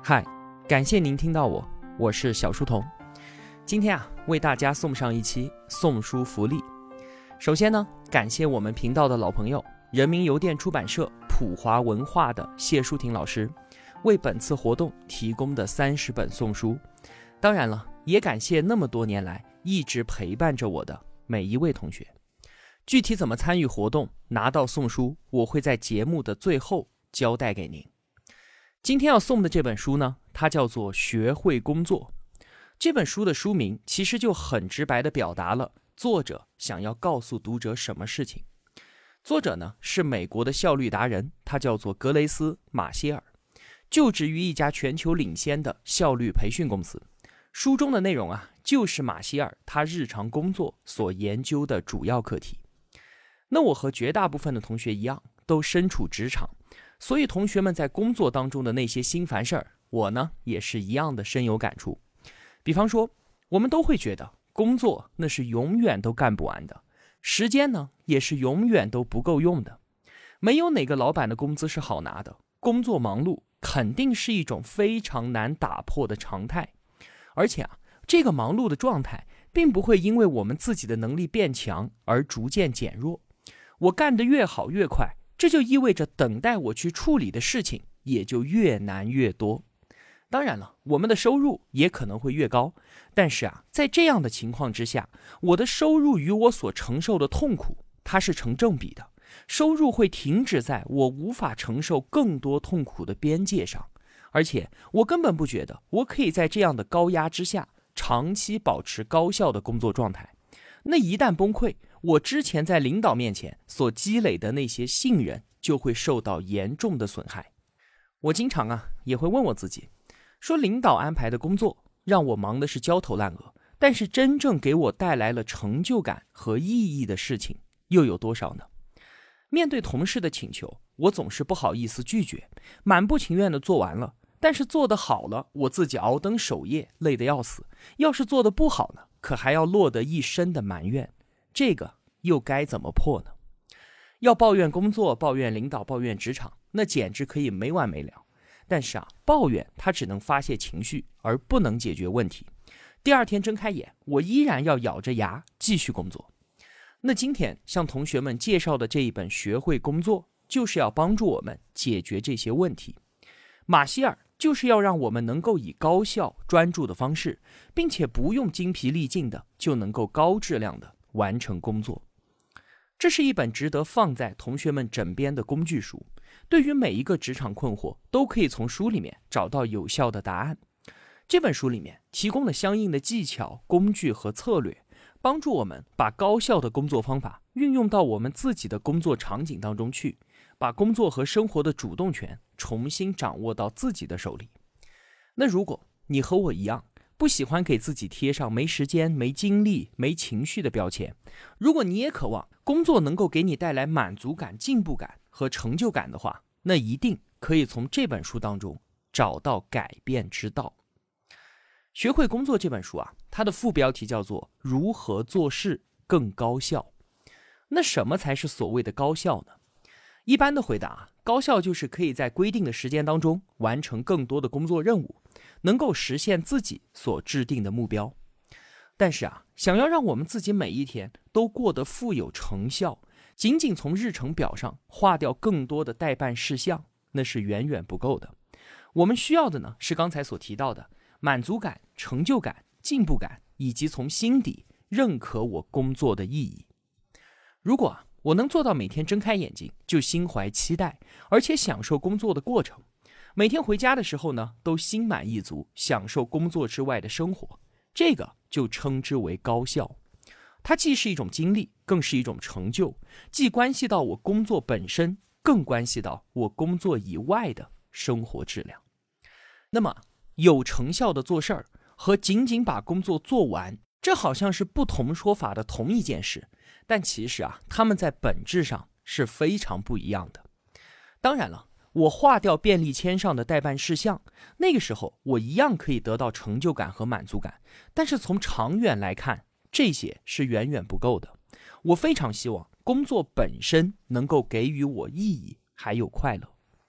嗨，感谢您听到我是小书童。今天为大家送上一期送书福利。首先呢，感谢我们频道的老朋友人民邮电出版社普华文化的谢淑婷老师为本次活动提供的30本送书。当然了，也感谢那么多年来一直陪伴着我的每一位同学。具体怎么参与活动拿到送书，我会在节目的最后交代给您。今天要送的这本书呢，它叫做《学会工作》。这本书的书名其实就很直白地表达了作者想要告诉读者什么事情。作者呢是美国的效率达人，他叫做格雷斯·马歇尔，就职于一家全球领先的效率培训公司。书中的内容就是马歇尔他日常工作所研究的主要课题。那我和绝大部分的同学一样，都身处职场，所以同学们在工作当中的那些心烦事儿，我呢也是一样的深有感触。比方说，我们都会觉得工作那是永远都干不完的，时间呢也是永远都不够用的。没有哪个老板的工资是好拿的，工作忙碌肯定是一种非常难打破的常态。而且这个忙碌的状态并不会因为我们自己的能力变强而逐渐减弱。我干得越好越快，这就意味着等待我去处理的事情也就越难越多。当然了，我们的收入也可能会越高，但是在这样的情况之下，我的收入与我所承受的痛苦它是成正比的，收入会停止在我无法承受更多痛苦的边界上，而且我根本不觉得我可以在这样的高压之下长期保持高效的工作状态。那一旦崩溃，我之前在领导面前所积累的那些信任就会受到严重的损害。我经常也会问我自己，说领导安排的工作让我忙的是焦头烂额，但是真正给我带来了成就感和意义的事情又有多少呢？面对同事的请求，我总是不好意思拒绝，满不情愿的做完了，但是做得好了，我自己熬灯守夜，累得要死；要是做得不好呢，可还要落得一身的埋怨。这个又该怎么破呢？要抱怨工作，抱怨领导，抱怨职场，那简直可以没完没了。但是抱怨它只能发泄情绪，而不能解决问题。第二天睁开眼，我依然要咬着牙继续工作。那今天向同学们介绍的这一本《学会工作》，就是要帮助我们解决这些问题。马歇尔就是要让我们能够以高效专注的方式，并且不用精疲力尽的就能够高质量的完成工作。这是一本值得放在同学们枕边的工具书，对于每一个职场困惑都可以从书里面找到有效的答案。这本书里面提供了相应的技巧、工具和策略，帮助我们把高效的工作方法运用到我们自己的工作场景当中去，把工作和生活的主动权重新掌握到自己的手里。那如果你和我一样，不喜欢给自己贴上没时间、没精力、没情绪的标签，如果你也渴望工作能够给你带来满足感、进步感和成就感的话，那一定可以从这本书当中找到改变之道。学会工作这本书它的副标题叫做如何做事更高效。那什么才是所谓的高效呢？一般的回答，高效就是可以在规定的时间当中完成更多的工作任务，能够实现自己所制定的目标。但是想要让我们自己每一天都过得富有成效，仅仅从日程表上划掉更多的待办事项，那是远远不够的。我们需要的呢，是刚才所提到的满足感、成就感、进步感，以及从心底认可我工作的意义。如果我能做到每天睁开眼睛就心怀期待，而且享受工作的过程，每天回家的时候呢，都心满意足，享受工作之外的生活，这个就称之为高效。它既是一种经历，更是一种成就，既关系到我工作本身，更关系到我工作以外的生活质量。那么有成效的做事儿和仅仅把工作做完，这好像是不同说法的同一件事，但其实他们在本质上是非常不一样的。当然了，我划掉便利签上的待办事项，那个时候我一样可以得到成就感和满足感，但是从长远来看，这些是远远不够的。我非常希望工作本身能够给予我意义还有快乐。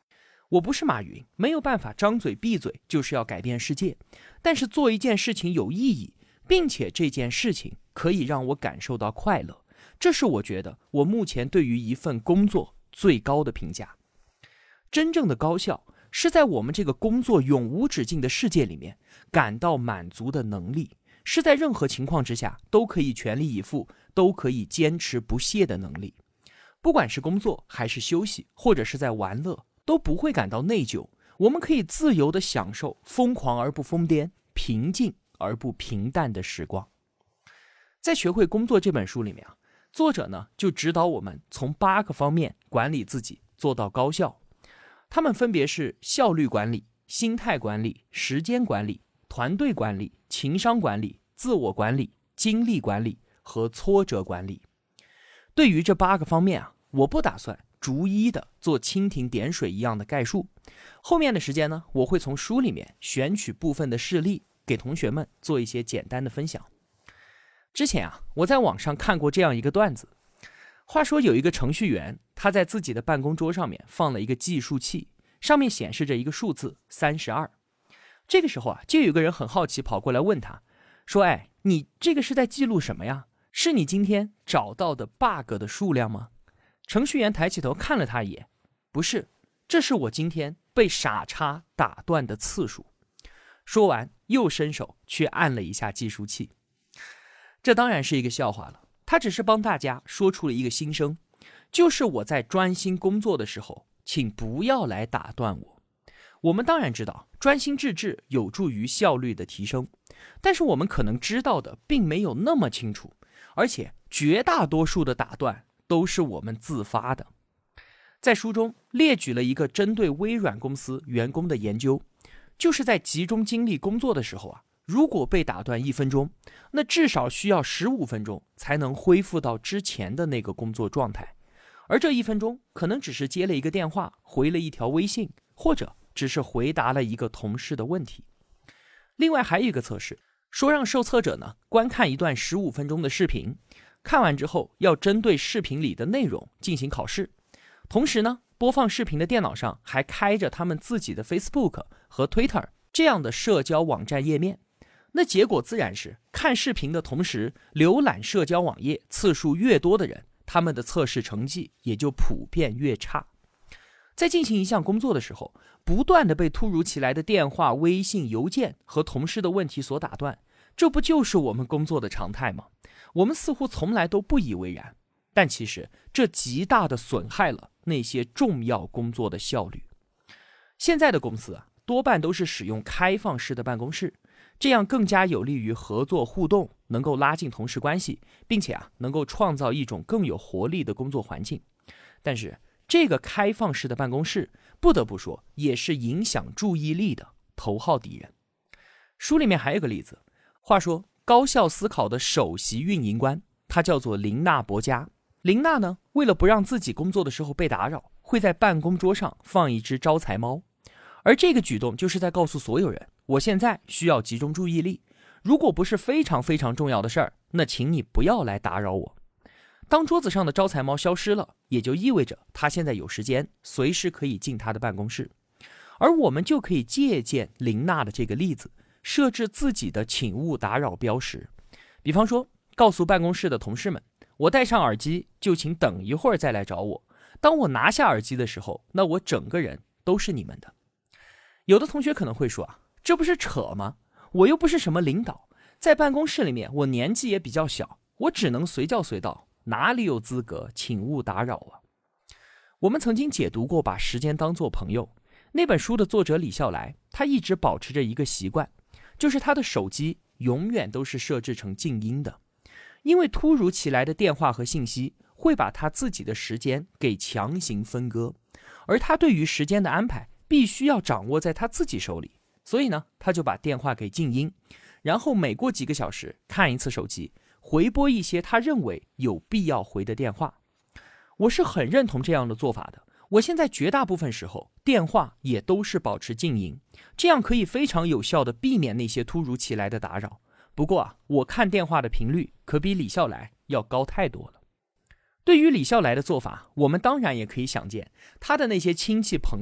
我不是马云，没有办法张嘴闭嘴就是要改变世界，但是做一件事情有意义，并且这件事情可以让我感受到快乐，这是我觉得我目前对于一份工作最高的评价。真正的高效是在我们这个工作永无止境的世界里面感到满足的能力，是在任何情况之下都可以全力以赴，都可以坚持不懈的能力。不管是工作还是休息，或者是在玩乐，都不会感到内疚，我们可以自由地享受疯狂而不疯癫，平静而不平淡的时光。在《学会工作》这本书里面作者呢就指导我们从8个方面管理自己，做到高效。他们分别是效率管理、心态管理、时间管理、团队管理、情商管理、自我管理、精力管理和挫折管理。对于这8个方面我不打算逐一的做蜻蜓点水一样的概述。后面的时间呢，我会从书里面选取部分的事例，给同学们做一些简单的分享。之前我在网上看过这样一个段子，话说有一个程序员，他在自己的办公桌上面放了一个计数器，上面显示着一个数字32。这个时候就有个人很好奇跑过来问他说，你这个是在记录什么呀？是你今天找到的 bug 的数量吗？程序员抬起头看了他一眼，不是，这是我今天被傻叉打断的次数。说完又伸手去按了一下计数器。这当然是一个笑话了，他只是帮大家说出了一个心声，就是我在专心工作的时候，请不要来打断我。我们当然知道专心致志有助于效率的提升，但是我们可能知道的并没有那么清楚，而且绝大多数的打断都是我们自发的。在书中列举了一个针对微软公司员工的研究，就是在集中精力工作的时候如果被打断1分钟，那至少需要15分钟才能恢复到之前的那个工作状态，而这1分钟可能只是接了一个电话，回了一条微信，或者只是回答了一个同事的问题。另外还有一个测试，说让受测者呢观看一段15分钟的视频，看完之后要针对视频里的内容进行考试，同时呢播放视频的电脑上还开着他们自己的 Facebook 和 Twitter 这样的社交网站页面。那结果自然是看视频的同时浏览社交网页次数越多的人，他们的测试成绩也就普遍越差。在进行一项工作的时候，不断的被突如其来的电话、微信、邮件和同事的问题所打断，这不就是我们工作的常态吗？我们似乎从来都不以为然，但其实这极大的损害了那些重要工作的效率。现在的公司多半都是使用开放式的办公室，这样更加有利于合作互动，能够拉近同事关系，并且能够创造一种更有活力的工作环境。但是这个开放式的办公室不得不说也是影响注意力的头号敌人。书里面还有个例子，话说高效思考的首席运营官，他叫做琳娜·伯加。琳娜呢，为了不让自己工作的时候被打扰，会在办公桌上放一只招财猫，而这个举动就是在告诉所有人，我现在需要集中注意力，如果不是非常非常重要的事儿，那请你不要来打扰我。当桌子上的招财猫消失了，也就意味着他现在有时间，随时可以进他的办公室。而我们就可以借鉴琳娜的这个例子，设置自己的请勿打扰标识。比方说，告诉办公室的同事们，我戴上耳机就请等一会儿再来找我，当我拿下耳机的时候，那我整个人都是你们的。有的同学可能会说这不是扯吗？我又不是什么领导，在办公室里面我年纪也比较小，我只能随叫随到，哪里有资格请勿打扰我们曾经解读过《把时间当作朋友》那本书的作者李笑来，他一直保持着一个习惯，就是他的手机永远都是设置成静音的，因为突如其来的电话和信息会把他自己的时间给强行分割，而他对于时间的安排必须要掌握在他自己手里，所以呢，他就把电话给静音，然后每过几个小时看一次手机，回拨一些他认为有必要回的电话。我是很认同这样的做法的，我现在绝大部分时候电话也都是保持静音，这样可以非常有效的避免那些突如其来的打扰。不过我看电话的频率可比李笑来要高太多了。对于李笑来的做法，我们当然也可以想见，他的那些亲戚朋友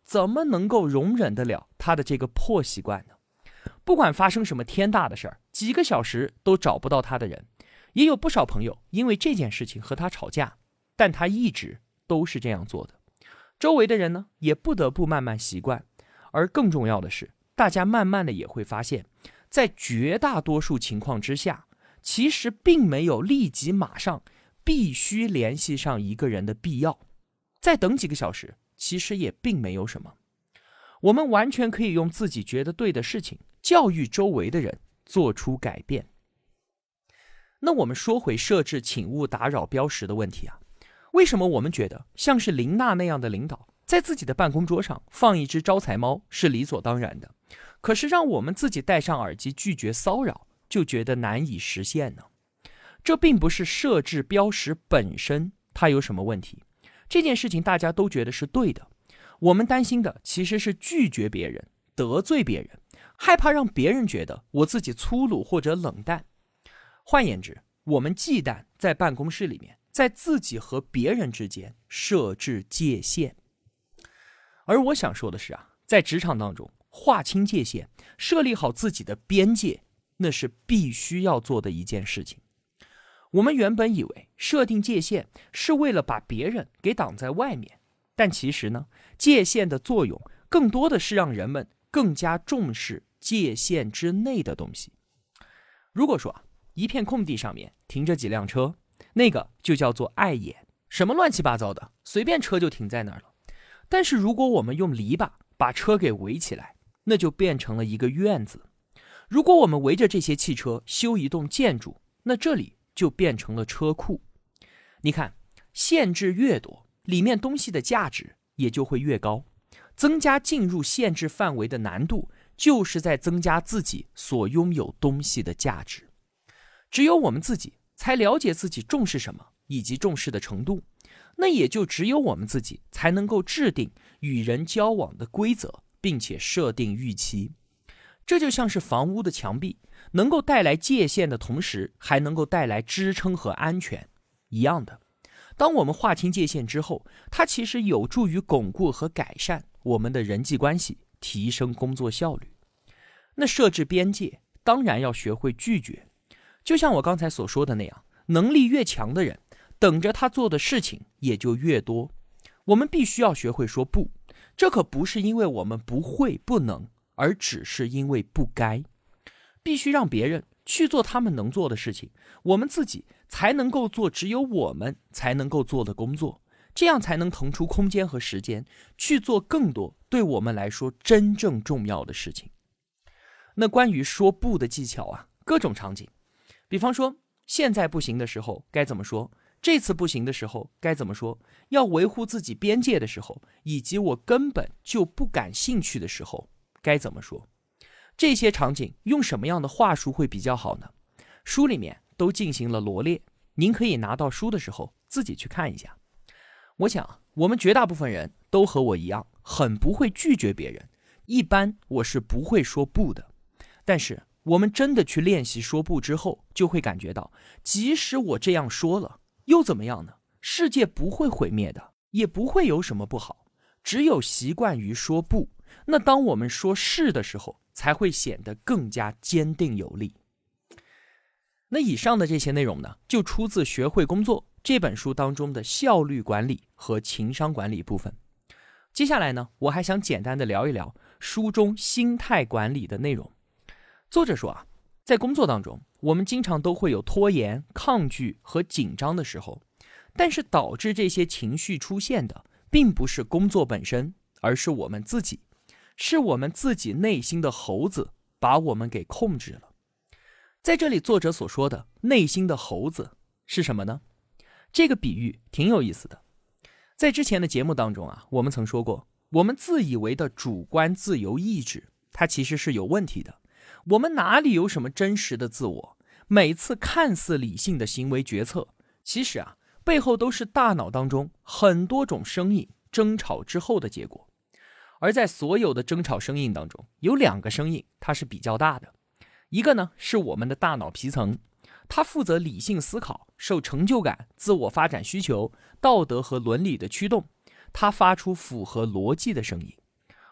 怎么能够容忍得了他的这个破习惯呢？不管发生什么天大的事儿，几个小时都找不到他的人，也有不少朋友因为这件事情和他吵架，但他一直都是这样做的。周围的人呢，也不得不慢慢习惯。而更重要的是，大家慢慢的也会发现，在绝大多数情况之下，其实并没有立即马上必须联系上一个人的必要。再等几个小时，其实也并没有什么。我们完全可以用自己觉得对的事情教育周围的人做出改变。那我们说回设置请勿打扰标识的问题啊，为什么我们觉得像是林娜那样的领导在自己的办公桌上放一只招财猫是理所当然的，可是让我们自己戴上耳机拒绝骚扰就觉得难以实现呢？这并不是设置标识本身它有什么问题，这件事情大家都觉得是对的。我们担心的其实是拒绝别人，得罪别人，害怕让别人觉得我自己粗鲁或者冷淡。换言之，我们忌惮在办公室里面，在自己和别人之间设置界限。而我想说的是啊，在职场当中划清界限，设立好自己的边界，那是必须要做的一件事情。我们原本以为设定界限是为了把别人给挡在外面，但其实呢，界限的作用更多的是让人们更加重视界限之内的东西。如果说一片空地上面停着几辆车，那个就叫做碍眼，什么乱七八糟的，随便车就停在那儿了。但是如果我们用篱笆把车给围起来，那就变成了一个院子。如果我们围着这些汽车修一栋建筑，那这里就变成了车库。你看，限制越多，里面东西的价值也就会越高。增加进入限制范围的难度，就是在增加自己所拥有东西的价值。只有我们自己才了解自己重视什么以及重视的程度，那也就只有我们自己才能够制定与人交往的规则，并且设定预期。这就像是房屋的墙壁，能够带来界限的同时，还能够带来支撑和安全一样的。当我们划清界限之后，它其实有助于巩固和改善我们的人际关系，提升工作效率。那设置边界，当然要学会拒绝。就像我刚才所说的那样，能力越强的人，等着他做的事情也就越多。我们必须要学会说不，这可不是因为我们不会不能，而只是因为不该。必须让别人去做他们能做的事情，我们自己才能够做只有我们才能够做的工作，这样才能腾出空间和时间去做更多对我们来说真正重要的事情。那关于说不的技巧啊，各种场景，比方说现在不行的时候该怎么说，这次不行的时候该怎么说，要维护自己边界的时候，以及我根本就不感兴趣的时候该怎么说。这些场景用什么样的话术会比较好呢？书里面都进行了罗列，您可以拿到书的时候自己去看一下。我想我们绝大部分人都和我一样，很不会拒绝别人，一般我是不会说不的。但是我们真的去练习说不之后，就会感觉到即使我这样说了又怎么样呢？世界不会毁灭的，也不会有什么不好。只有习惯于说不，那当我们说是的时候，才会显得更加坚定有力。那以上的这些内容呢，就出自《学会工作》这本书当中的效率管理和情商管理部分。接下来呢，我还想简单的聊一聊书中心态管理的内容。作者说在工作当中，我们经常都会有拖延、抗拒和紧张的时候，但是导致这些情绪出现的，并不是工作本身，而是我们自己，是我们自己内心的猴子把我们给控制了。在这里作者所说的内心的猴子是什么呢？这个比喻挺有意思的。在之前的节目当中我们曾说过，我们自以为的主观自由意志，它其实是有问题的。我们哪里有什么真实的自我？每次看似理性的行为决策，其实背后都是大脑当中很多种声音争吵之后的结果。而在所有的争吵声音当中，有两个声音它是比较大的。一个呢是我们的大脑皮层，它负责理性思考，受成就感、自我发展需求、道德和伦理的驱动，它发出符合逻辑的声音。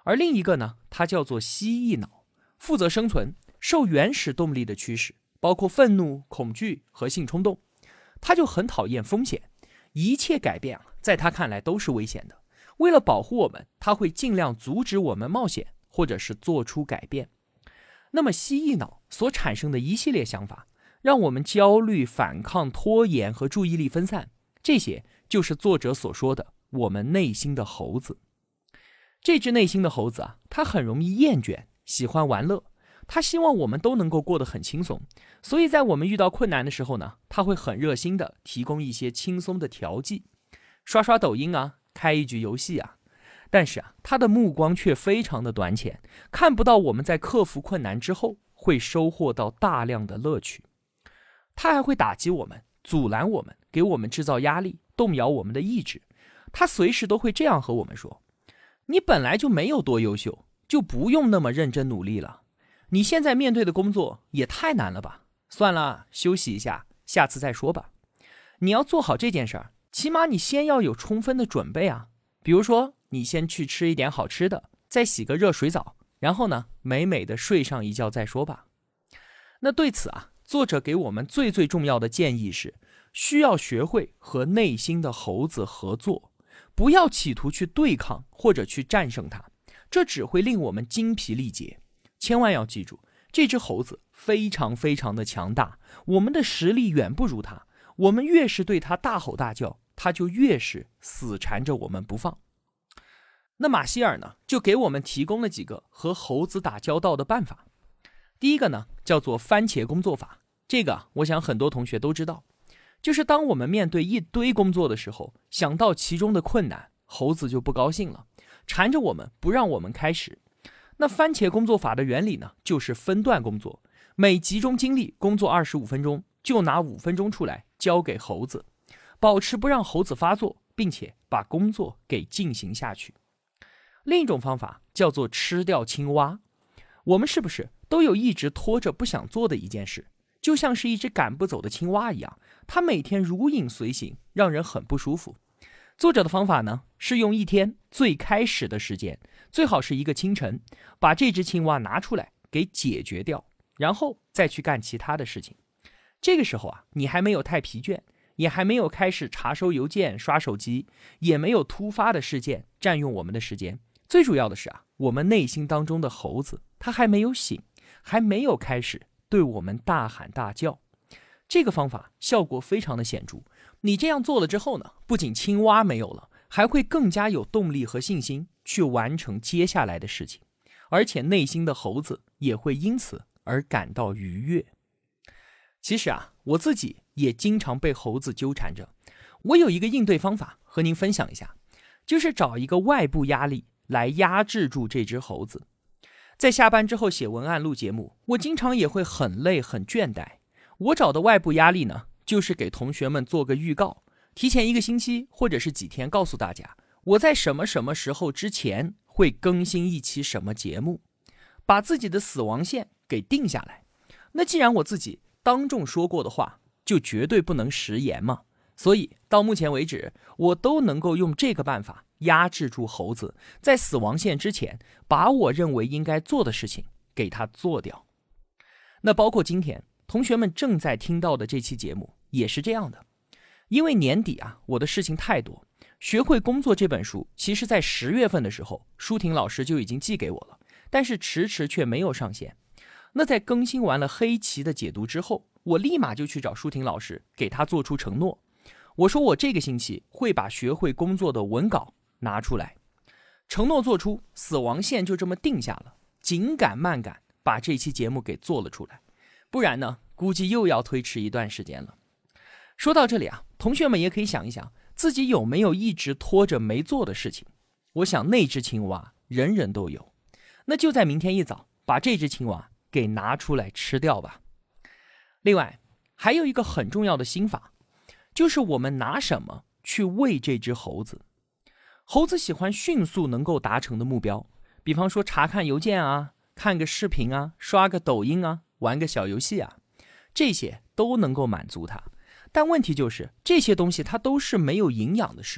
而另一个呢，它叫做蜥蜴脑，负责生存，受原始动力的驱使，包括愤怒、恐惧和性冲动。它就很讨厌风险，一切改变在它看来都是危险的。为了保护我们，它会尽量阻止我们冒险，或者是做出改变。那么蜥蜴脑所产生的一系列想法，让我们焦虑、反抗、拖延和注意力分散，这些就是作者所说的我们内心的猴子。这只内心的猴子它很容易厌倦，喜欢玩乐，它希望我们都能够过得很轻松，所以在我们遇到困难的时候呢，它会很热心的提供一些轻松的调剂，刷刷抖音开一局游戏但是他的目光却非常的短浅，看不到我们在克服困难之后会收获到大量的乐趣。他还会打击我们，阻拦我们，给我们制造压力，动摇我们的意志。他随时都会这样和我们说：你本来就没有多优秀，就不用那么认真努力了。你现在面对的工作也太难了吧，算了，休息一下，下次再说吧。你要做好这件事儿，起码你先要有充分的准备比如说你先去吃一点好吃的，再洗个热水澡，然后呢美美的睡上一觉再说吧。那对此作者给我们最重要的建议是，需要学会和内心的猴子合作，不要企图去对抗或者去战胜它，这只会令我们精疲力竭。千万要记住，这只猴子非常的强大，我们的实力远不如它，我们越是对它大吼大叫，它就越是死缠着我们不放。那马歇尔呢，就给我们提供了几个和猴子打交道的办法。第一个呢，叫做番茄工作法，这个我想很多同学都知道，就是当我们面对一堆工作的时候，想到其中的困难，猴子就不高兴了，缠着我们不让我们开始。那番茄工作法的原理呢，就是分段工作，每集中精力工作25分钟，就拿5分钟出来交给猴子，保持不让猴子发作，并且把工作给进行下去。另一种方法叫做吃掉青蛙。我们是不是都有一直拖着不想做的一件事，就像是一只赶不走的青蛙一样，它每天如影随形，让人很不舒服。作者的方法呢，是用一天最开始的时间，最好是一个清晨，把这只青蛙拿出来给解决掉，然后再去干其他的事情。这个时候你还没有太疲倦，也还没有开始查收邮件、刷手机，也没有突发的事件占用我们的时间。最主要的是我们内心当中的猴子，它还没有醒，还没有开始对我们大喊大叫。这个方法效果非常的显著，你这样做了之后呢，不仅青蛙没有了，还会更加有动力和信心去完成接下来的事情，而且内心的猴子也会因此而感到愉悦。其实我自己也经常被猴子纠缠着，我有一个应对方法和您分享一下，就是找一个外部压力来压制住这只猴子。在下班之后写文案录节目，我经常也会很累很倦怠。我找的外部压力呢，就是给同学们做个预告，提前1个星期或者是几天告诉大家，我在什么时候之前会更新一期什么节目，把自己的死亡线给定下来。那既然我自己当众说过的话，就绝对不能食言嘛。所以到目前为止，我都能够用这个办法压制住猴子，在死亡线之前，把我认为应该做的事情给它做掉。那包括今天同学们正在听到的这期节目也是这样的。因为年底我的事情太多，学会工作这本书其实在10月份的时候，舒婷老师就已经寄给我了，但是迟迟却没有上线。那在更新完了黑棋的解读之后，我立马就去找舒婷老师，给他做出承诺。我说我这个星期会把学会工作的文稿拿出来，承诺做出，死亡线就这么定下了，紧赶慢赶把这期节目给做了出来，不然呢估计又要推迟一段时间了。说到这里同学们也可以想一想，自己有没有一直拖着没做的事情。我想那只青蛙人人都有，那就在明天一早把这只青蛙给拿出来吃掉吧。另外还有一个很重要的心法，就是我们拿什么去喂这只猴子。猴子喜欢迅速能够达成的目标，比方说查看邮件看个视频刷个抖音玩个小游戏这些都能够满足它。但问题就是这些东西它都是没有营养的食物，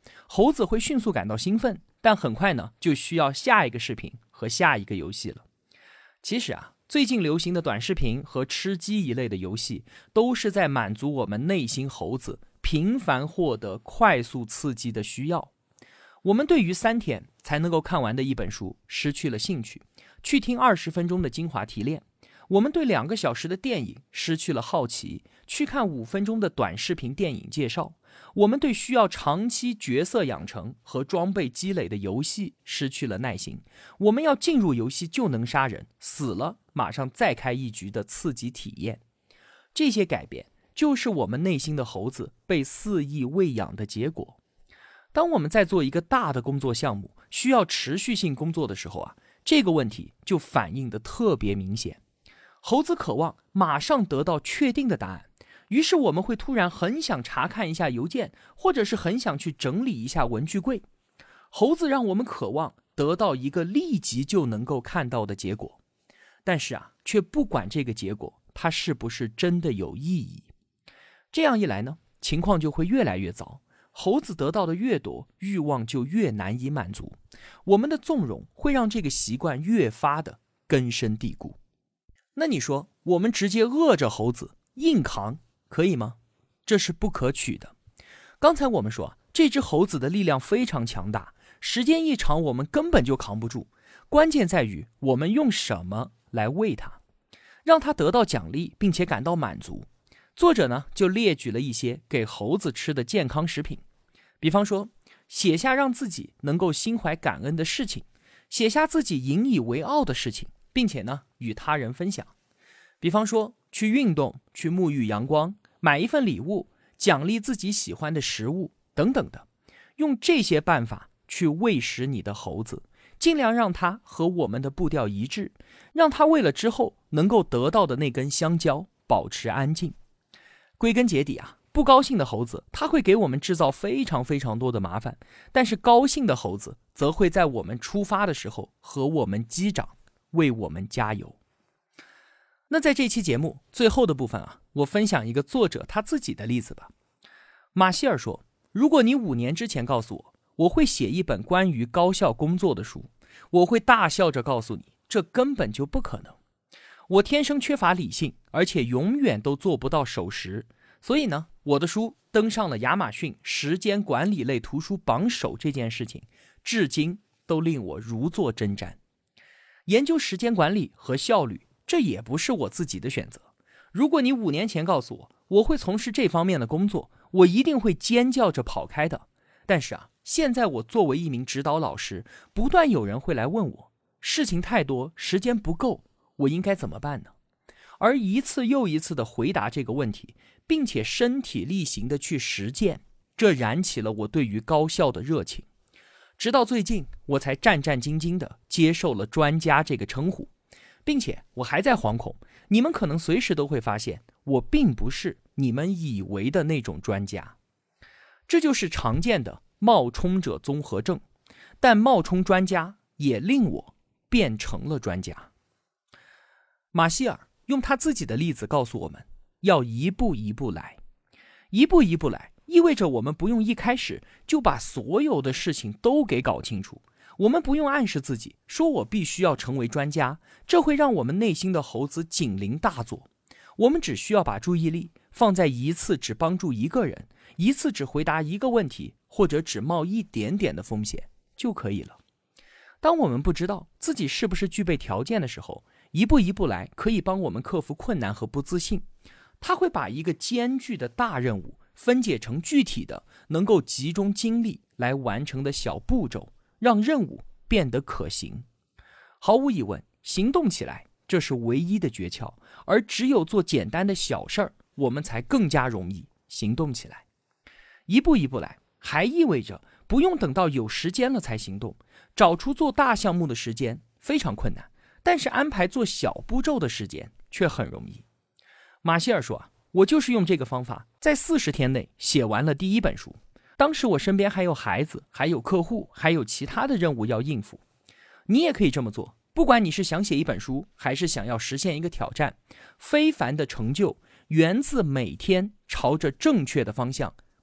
猴子会迅速感到兴奋，但很快呢就需要下一个视频和下一个游戏了。其实啊，最近流行的短视频和吃鸡一类的游戏，都是在满足我们内心猴子频繁获得快速刺激的需要。我们对于3天才能够看完的一本书失去了兴趣，去听20分钟的精华提炼；我们对2个小时的电影失去了好奇，去看5分钟的短视频电影介绍；我们对需要长期角色养成和装备积累的游戏失去了耐心，我们要进入游戏就能杀人，死了马上再开一局的刺激体验。这些改变就是我们内心的猴子被肆意喂养的结果。当我们在做一个大的工作项目，需要持续性工作的时候啊，这个问题就反映得特别明显。猴子渴望马上得到确定的答案，于是我们会突然很想查看一下邮件，或者是很想去整理一下文具柜。猴子让我们渴望得到一个立即就能够看到的结果，但是啊，却不管这个结果它是不是真的有意义。这样一来呢，情况就会越来越糟。猴子得到的越多，欲望就越难以满足。我们的纵容会让这个习惯越发的根深蒂固。那你说，我们直接饿着猴子硬扛可以吗？这是不可取的。刚才我们说，这只猴子的力量非常强大，时间一长我们根本就扛不住。关键在于我们用什么来喂它，让它得到奖励并且感到满足。作者呢就列举了一些给猴子吃的健康食品，比方说写下让自己能够心怀感恩的事情，写下自己引以为傲的事情，并且呢与他人分享。比方说去运动，去沐浴阳光，买一份礼物，奖励自己喜欢的食物等等的。用这些办法去喂食你的猴子，尽量让它和我们的步调一致，让它为了之后能够得到的那根香蕉保持安静。归根结底啊，不高兴的猴子它会给我们制造非常非常多的麻烦，但是高兴的猴子则会在我们出发的时候和我们击掌，为我们加油。那在这期节目最后的部分啊，我分享一个作者他自己的例子吧。马歇尔说，如果你5年之前告诉我，我会写一本关于高效工作的书，我会大笑着告诉你，这根本就不可能。我天生缺乏理性，而且永远都做不到守时，所以呢，我的书登上了亚马逊时间管理类图书榜首这件事情，至今都令我如坐针毡。研究时间管理和效率，这也不是我自己的选择。如果你5年前告诉我，我会从事这方面的工作，我一定会尖叫着跑开的。但是啊，现在我作为一名指导老师，不断有人会来问我，事情太多，时间不够，我应该怎么办呢？而一次又一次的回答这个问题，并且身体力行的去实践，这燃起了我对于高效的热情。直到最近，我才战战兢兢的接受了专家这个称呼，并且我还在惶恐，你们可能随时都会发现，我并不是你们以为的那种专家。这就是常见的冒充者综合症，但冒充专家也令我变成了专家。马歇尔用他自己的例子告诉我们，要一步一步来。一步一步来意味着我们不用一开始就把所有的事情都给搞清楚，我们不用暗示自己说我必须要成为专家，这会让我们内心的猴子警铃大作。我们只需要把注意力放在一次只帮助一个人，一次只回答一个问题，或者只冒一点点的风险就可以了。当我们不知道自己是不是具备条件的时候，一步一步来可以帮我们克服困难和不自信。它会把一个艰巨的大任务分解成具体的能够集中精力来完成的小步骤，让任务变得可行。毫无疑问，行动起来，这是唯一的诀窍，而只有做简单的小事儿，我们才更加容易行动起来。一步一步来还意味着不用等到有时间了才行动，找出做大项目的时间非常困难，但是安排做小步骤的时间却很容易。马歇尔说我就是用这个方法在40天内写完了第1本书。当时我身边还有孩子，还有客户，还有其他的任务要应付。你也可以这么做，不管你是想写一本书，还是想要实现一个挑战，非凡的成就源自每天朝着正确的方向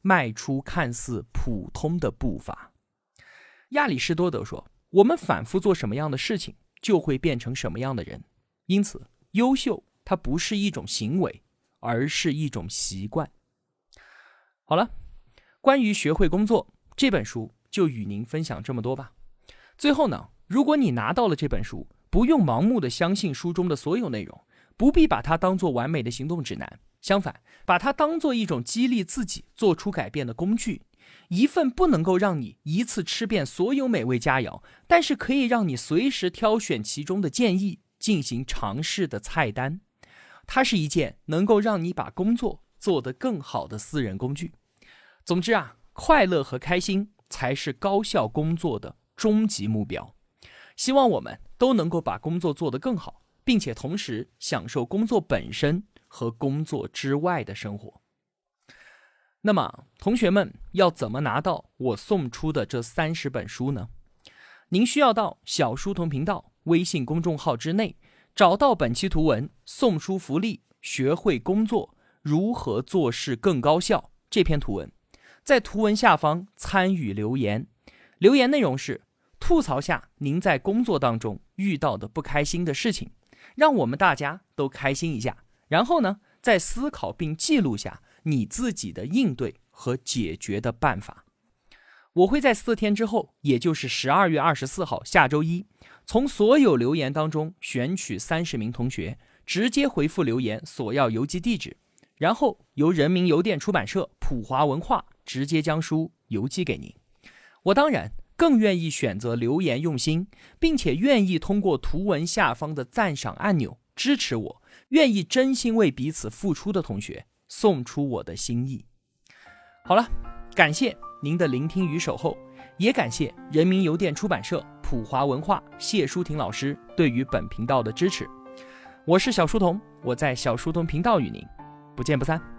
迈出看似普通的步伐。亚里士多德说，我们反复做什么样的事情，就会变成什么样的人。因此，优秀它不是一种行为，而是一种习惯。好了，关于学会工作这本书就与您分享这么多吧。最后呢，如果你拿到了这本书，不用盲目的相信书中的所有内容，不必把它当作完美的行动指南，相反，把它当作一种激励自己做出改变的工具，一份不能够让你一次吃遍所有美味佳肴，但是可以让你随时挑选其中的建议进行尝试的菜单。它是一件能够让你把工作做得更好的私人工具。总之啊，快乐和开心才是高效工作的终极目标。希望我们都能够把工作做得更好，并且同时享受工作本身和工作之外的生活。那么，同学们要怎么拿到我送出的这30本书呢？您需要到小书童频道微信公众号之内，找到本期图文送书福利学会工作如何做事更高效这篇图文，在图文下方参与留言。留言内容是吐槽下您在工作当中遇到的不开心的事情，让我们大家都开心一下。然后呢，再思考并记录下你自己的应对和解决的办法。我会在4天之后，也就是12月24号下周一，从所有留言当中选取30名同学，直接回复留言所要邮寄地址，然后由人民邮电出版社普华文化直接将书邮寄给您。我当然更愿意选择留言用心，并且愿意通过图文下方的赞赏按钮支持我，愿意真心为彼此付出的同学送出我的心意。好了，感谢您的聆听与守候，也感谢人民邮电出版社普华文化谢淑婷老师对于本频道的支持。我是小书童，我在小书童频道与您不见不散。